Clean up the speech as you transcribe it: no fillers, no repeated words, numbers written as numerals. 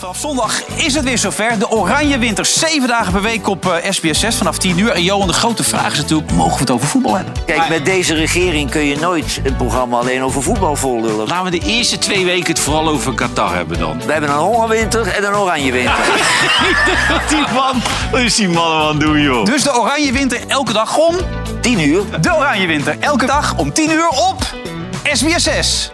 Vanaf zondag is het weer zover. De Oranje Winter, 7 dagen per week op SBS 6 vanaf 10 uur. En Johan, de grote vraag is natuurlijk, mogen we het over voetbal hebben? Kijk, met deze regering kun je nooit een programma alleen over voetbal vollullen. Laten we de eerste 2 weken het vooral over Qatar hebben dan. We hebben een hongerwinter en een oranje winter. Wat is die man aan het doen, joh? Dus de Oranje Winter elke dag om 10 uur. De Oranje Winter elke dag om 10 uur op SBS 6.